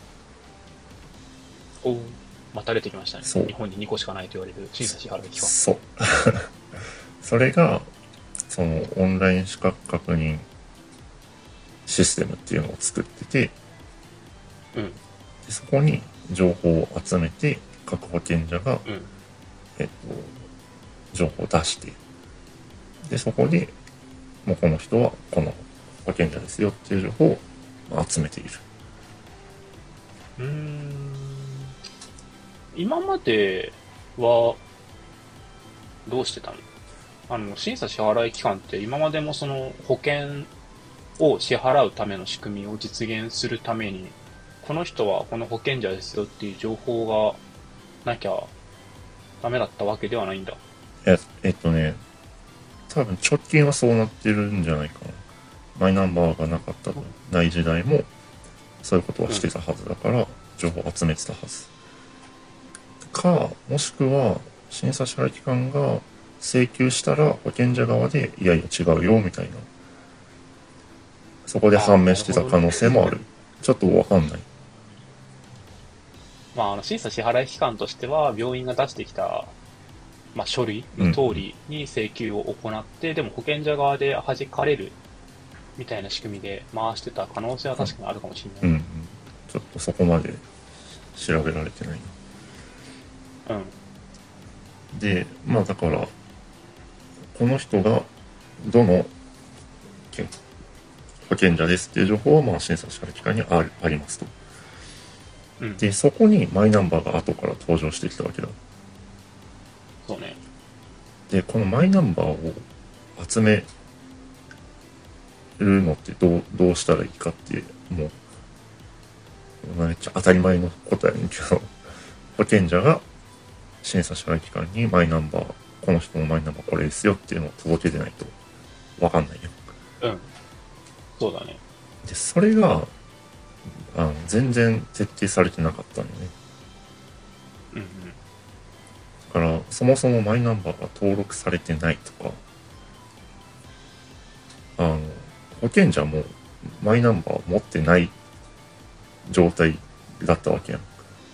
おうまた出てきましたね。 そう日本ににこしかないと言われる審査支払い機関。 そう。それが、その、オンライン資格確認システムっていうのを作ってて、 うん。 でそこに情報を集めて、各保険者が、 うん。 えっと、情報を出して、で、そこで、もうこの人はこの保険者ですよっていう情報を集めている。 うーん。 今まではどうしてたの？あの、審査支払い期間って今までもその保険を支払うための仕組みを実現するために、この人はこの保険者ですよっていう情報がなきゃダメだったわけではないんだ。 え、えっとね、多分直近はそうなってるんじゃないかな。マイナンバーがなかったと、ない時代もそういうことはしてたはずだから、情報を集めてたはず。か、もしくは、審査支払期間が請求したら保険者側で、いやいや違うよ、みたいな。そこで判明してた可能性もある。ちょっとわかんない。 まあ、あの、審査支払い期間としては、病院が出してきた、まあ、書類の通りに請求を行って、うん、でも保険者側で弾かれるみたいな仕組みで回してた可能性は確かにあるかもしれない。 うん、うん、ちょっとそこまで調べられてないな。うん。 で、まあだから、この人がどの保険者ですっていう情報は、まあ審査支払期間にあるありますと。うん、で、そこにマイナンバーが後から登場してきたわけだ。 そうね。 で、このマイナンバーを集めるのってどう、どうしたらいいかって、もう、めっちゃ当たり前のことやねんけど、保険者が審査支払期間にマイナンバー、この人のマイナンバーこれですよっていうのを届けてないとわかんないよ。 うん。そうだね。 で、それが、あの、全然徹底されてなかったんよね。 うんうん。 だから、そもそもマイナンバーが登録されてないとか、あの、保険者もマイナンバーを持ってない状態だったわけやん。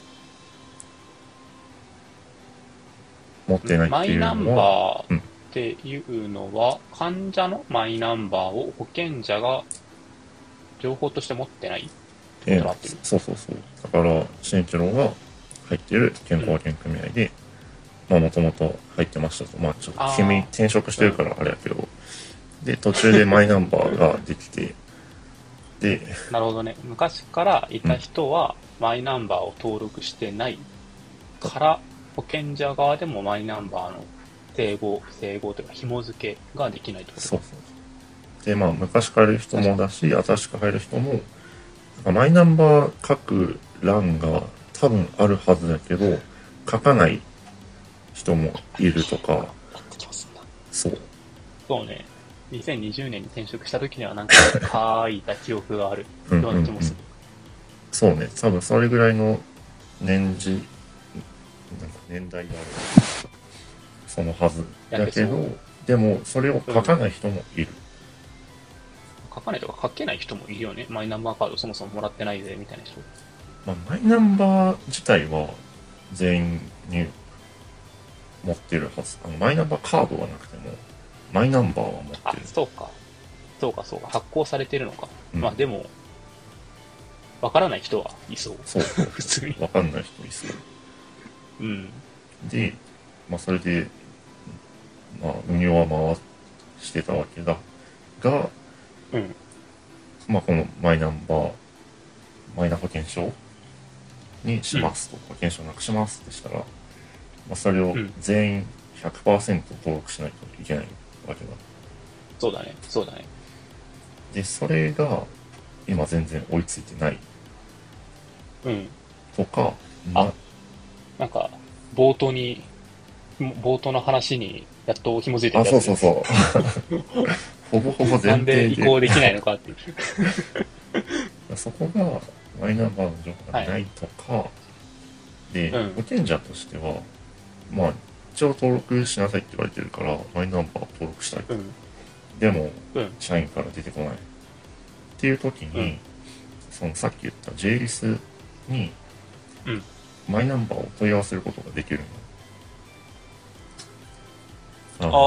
持ってないっていうのは、 マイナンバーっていうのは、うん、患者のマイナンバーを保険者が情報として持ってないってことだってる、 えー、そうそうそう。だから、慎一郎が入っている健康保険組合で、うん、まあもともと入ってましたと。まあちょっと君転職してるからあれやけど、うん、で、途中でマイナンバーができて、で、 なるほどね。昔からいた人は、マイナンバーを登録してないから、保険者側でもマイナンバーの整合、不整合というか紐付けができないってこと。 そうそう。で、まあ昔からいる人もだし、新しく入る人も、マイナンバー書く欄が多分あるはずだけど、書かない人もいるとか。そう。 そうね。にせんにじゅうねんに転職した時にはなんか書いた記憶があるような気もする。 うんうんうん、そうね。多分それぐらいの年次、なんか年代がある。そのはず。だけど、でもそれを書かない人もいる。 書かないとか書けない人もいるよね。マイナンバーカードそもそももらってないぜみたいな人。 まあ、マイナンバー自体は全員に持ってるはず。あのマイナンバーカードはなくても、マイナンバーは持ってる。 あ、そうか。そうか、そうか。発行されてるのか。うん、まあでも、わからない人はいそう。 そうそう。 普通に。 わかんない人いそう。 うん。 で、まあそれで、まあ運用は回してたわけだが、 うん。 まあこのマイナンバー、マイナ保険証にしますと、うん、保険証なくしますってしたら、まあそれを全員 ひゃくパーセント 登録しないといけないわけだ。 そうだね、そうだね。 で、それが今全然追いついてない。 うん。 とか、 あ、なんか、冒頭に、冒頭の話にやっと紐づいてるやつ。 あ、そうそうそう。ほぼほぼ前提で。 なんで移行できないのかっていう。 そこが、マイナンバーの情報がないとか、はい、で、うん、保険者としては、まあ、一応登録しなさいって言われてるから、マイナンバー登録したい。うん、でも、うん、社員から出てこない。っていう時に、うん、そのさっき言った ジェイリス に、うん、マイナンバーを問い合わせることができるの。ああ、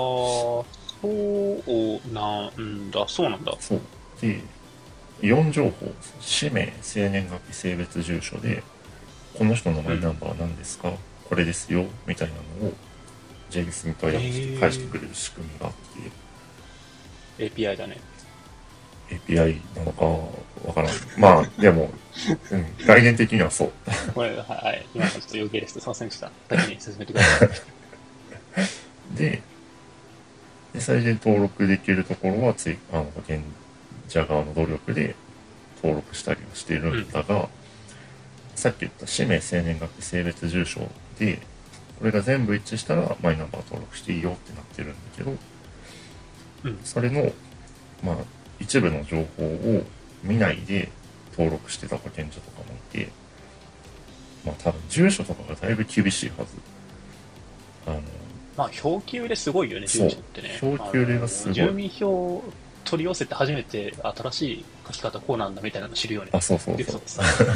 そうなんだ、そうなんだ。 そう。で、よん情報、氏名、生年月日、性別、住所で、この人のマイナンバーは何ですか、うん、これですよ、みたいなのを ジェイリス に問い合わせて返してくれる仕組みがあって。 エーピーアイ だね。 エーピーアイ なのかわからん。まあ、でも、うん、概念的にはそう。 これ、はい、今のちょっと余計です。すいませんでした。先に進めてください。 で、でそれで登録できるところはつい、あの、保険者側の努力で登録したりはしているんだが、うん、さっき言った氏名、生年月日、性別、住所で、これが全部一致したらマイナンバー登録していいよってなってるんだけど、 うん、 それの、まあ、一部の情報を見ないで登録してた保険所とかもいて、まあ多分住所とかがだいぶ厳しいはず。あの、 まあ表記売れすごいよね、住所ってね。 表記売れがすごい。 住民票取り寄せて初めて新しい書き方こうなんだみたいなの知るよね。 あ、そうそうそう。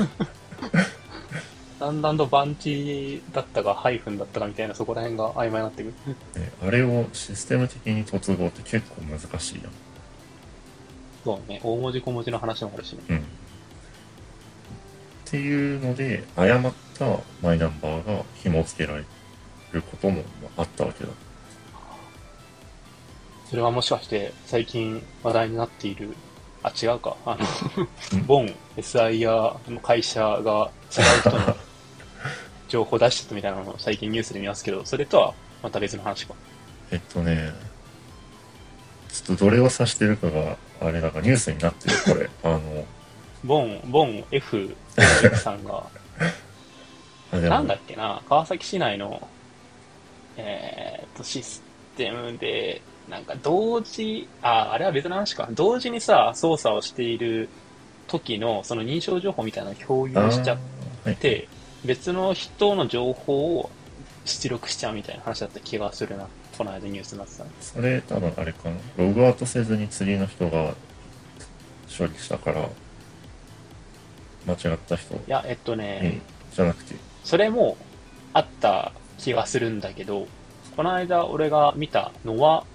だんだんと番地だったかハイフンだったかみたいなそこら辺が曖昧になってくる。 ね、あれをシステム的に突合って結構難しいやん。 そうね、大文字小文字の話もあるしね。 うん。っていうので、誤ったマイナンバーが紐付けられることもあったわけだ。 それはもしかして最近話題になっている、あ、違うか、あの、ボン エスアイ アール の会社が違う人の情報出しちゃったみたいなのを最近ニュースで見ますけど、それとはまた別の話か。 えっとね、ちょっとどれを指してるかがあれだがニュースになってる、これ。あの、 ボン、ボン F さんが、なんだっけな、川崎市内の、えー、と、システムで、なんか同時、あ、あれは別の話か。同時にさ、操作をしている時の、その認証情報みたいなのを共有しちゃって、はい、別の人の情報を出力しちゃうみたいな話だった気がするな。この間ニュースになってたね。 それ多分あれかな。ログアウトせずに次の人が処理したから、間違った人。いや、えっとね、 じゃなくて。 それもあった気がするんだけど、この間俺が見たのは、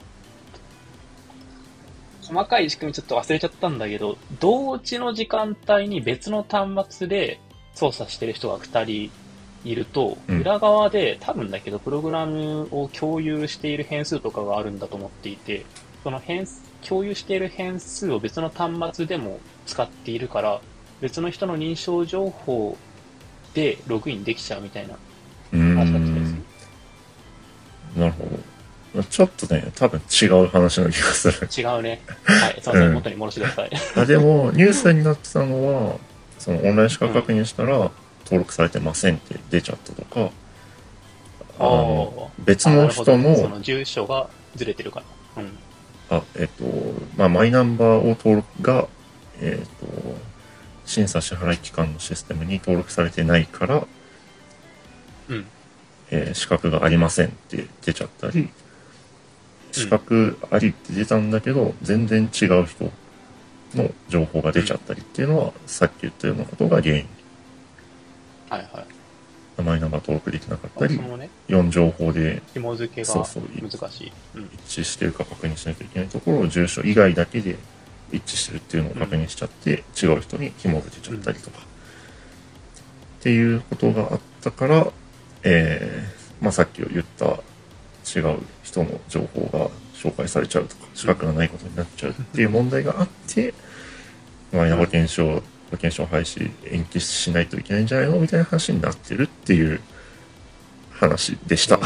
細かい仕組みちょっと忘れちゃったんだけど、同時の時間帯に別の端末で操作してる人がふたりいると、うん、裏側で多分だけどプログラムを共有している変数とかがあるんだと思っていて、その変共有している変数を別の端末でも使っているから、別の人の認証情報でログインできちゃうみたいな話だったりする。なるほど。ちょっとね、多分違う話の気がする。 違うね。はい、すいません、うん、元に戻してください。 あでも、ニュースになってたのは、そのオンライン資格確認したら、登録されてませんって出ちゃったとか、 あの別の人の、 その住所がずれてるから。うん。 あ、えっと、まあ、マイナンバーを登録が、えっと、審査支払い機関のシステムに登録されてないから、 うん。 えー、資格がありませんって出ちゃったり、資格ありって出たんだけど、全然違う人の情報が出ちゃったりっていうのは、さっき言ったようなことが原因。 はいはい。 マイナンバー登録できなかったり、 ね、 よん情報で紐付けが難しい。そうそううん、一致してるか確認しないといけないところを住所以外だけで一致してるっていうのを確認しちゃって、うん、違う人に紐付けちゃったりとか、うん、っていうことがあったから、えーまあ、さっき言った違う人の情報が紹介されちゃうとか資格がないことになっちゃうっていう問題があって、うん、マイナ保険証保険証廃止延期しないといけないんじゃないのみたいな話になってるっていう話でした。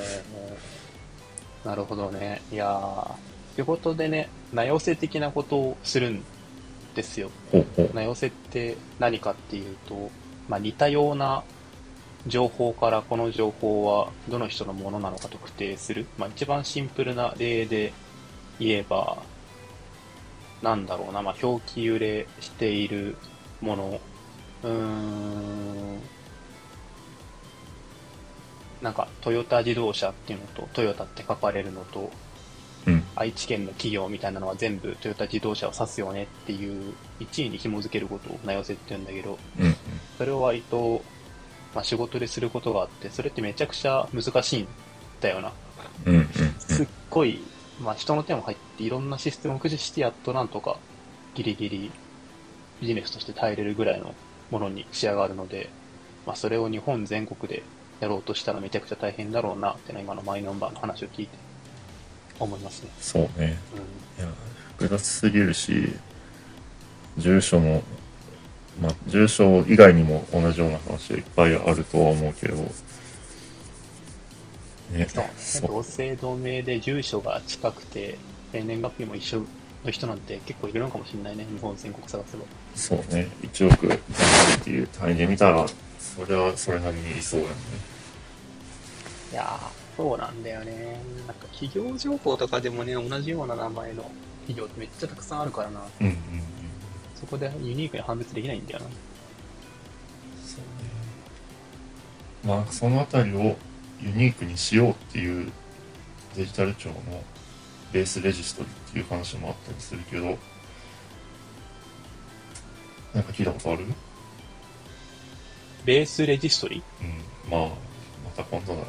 なるほどね。いやー、仕事でね、名寄せ的なことをするんですよ。 ほうほう。 名寄せって何かっていうと、まあ、似たような情報からこの情報はどの人のものなのか特定する。まあ、一番シンプルな例で言えば、なんだろうな、まあ、表記揺れしているもの、うーん、なんかトヨタ自動車っていうのとトヨタって書かれるのと、 うん、 愛知県の企業みたいなのは全部トヨタ自動車を指すよねっていう一位に紐付けることを名寄せって言うんだけど、 うんうん、 それを割と、まあ、仕事ですることがあって、それってめちゃくちゃ難しいんだよな。 うんうんうん、 すっごい、まあ、人の手も入っていろんなシステムを駆使してやっとなんとかギリギリビジネスとして耐えれるぐらいのものに仕上がるので、まあ、それを日本全国でやろうとしたらめちゃくちゃ大変だろうなってのは今のマイナンバーの話を聞いて思いますね。 そうね。うん、いや複雑すぎるし、 住所の、まあ、住所以外にも同じような話はいっぱいあるとは思うけど、ね、 そうね。 そう、 同姓同名で住所が近くて、生年月日も一緒の人なんて結構いるのかもしれないね。日本全国探せば。 そうね、いちおくっていう単位で見たら、それはそれなりにいそうやね。 いやー、そうなんだよね。なんか企業情報とかでもね、同じような名前の企業ってめっちゃたくさんあるからな。 うんうんうん。 そこでユニークに判別できないんだよな。 そうね。まあ、そのあたりをユニークにしようっていうデジタル庁のベースレジストリっていう話もあったりするけど、なんか聞いたことある？ ベースレジストリ？ うん。まあ、また今度だな。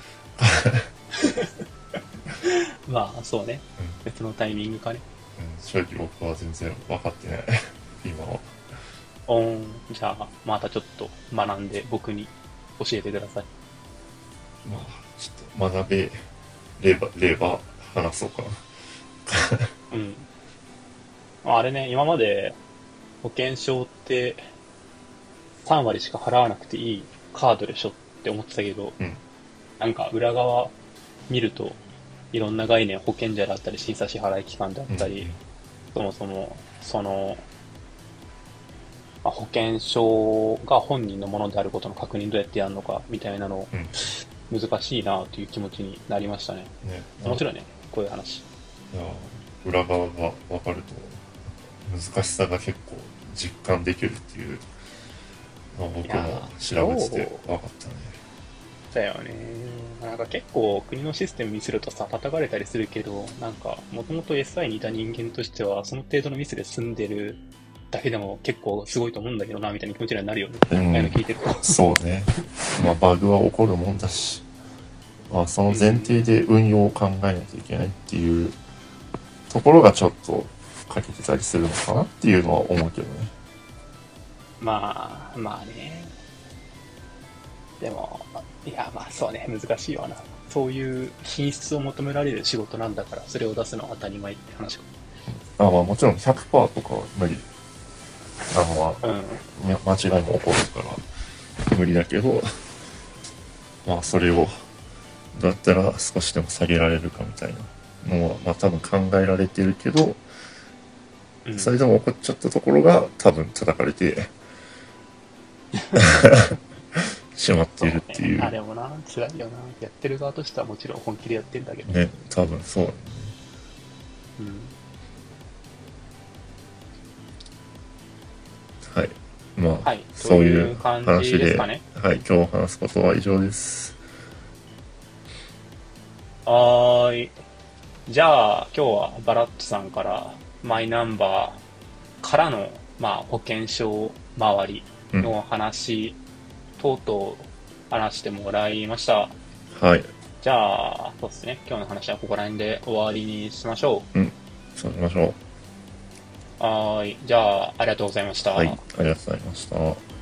まあ、そうね。 うん。 別のタイミングかね。 うん、正直僕は全然分かってない。今は。 おーん、じゃあ、またちょっと学んで僕に教えてください。 まあ、ちょっと学べれば、れば話そうかな。 うん。あれね、今まで保険証ってさん割しか払わなくていいカードでしょって思ってたけど、 うん。 なんか裏側見るといろんな概念、保険者だったり審査支払い期間だうん。 ったり、そもそもその、まあ保険証が本人のものであることの確認どうやってやるのかみたいなのうん。 難しいなという気持ちになりましたね。 ね。 面白いね、こういう話。 いや、裏側が分かると難しさが結構実感できるっていうのを僕も調べてて分かったね。 だよね。なんか結構国のシステムミスるとさ、叩かれたりするけど、なんかもともと エスアイ にいた人間としては、その程度のミスで済んでるだけでも結構すごいと思うんだけどな、みたいな気持ちになるよね。 うん、 ああいうの聞いてると。 そうね。まあバグは起こるもんだし、まあその前提で運用を考えないといけないっていうところがちょっと欠けてたりするのかなっていうのは思うけどね。 まあ、まあね。でも、いや、まあそうね、難しいわな。そういう品質を求められる仕事なんだから、それを出すのは当たり前って話か。 あまあもちろんひゃくパーセントとかは無理なのは、 うん。 ね間違いも起こるから無理だけど、まあそれをどうやったら少しでも下げられるかみたいなのは、まあ多分考えられてるけど、 うん、 それでも起こっちゃったところが多分叩かれてしまっているっていう。 ね、あれもな、辛いよな。やってる側としてはもちろん本気でやってんだけど。 ね、多分そうだね。 うん。 はい。まあ、 はい、 そういうという感話で、 じですかね。 はい、今日話すことは以上です。 はーい。じゃあ、今日はバラットさんからマイナンバーからの、まあ、保険証周りうん。 の話等々話してもらいました。 はい。 じゃあ、そうですね。今日の話はここら辺で終わりにしましょうん。そうしましょう。 う。はーい。じゃあ、ありがとうございました。 はい。ありがとうございました。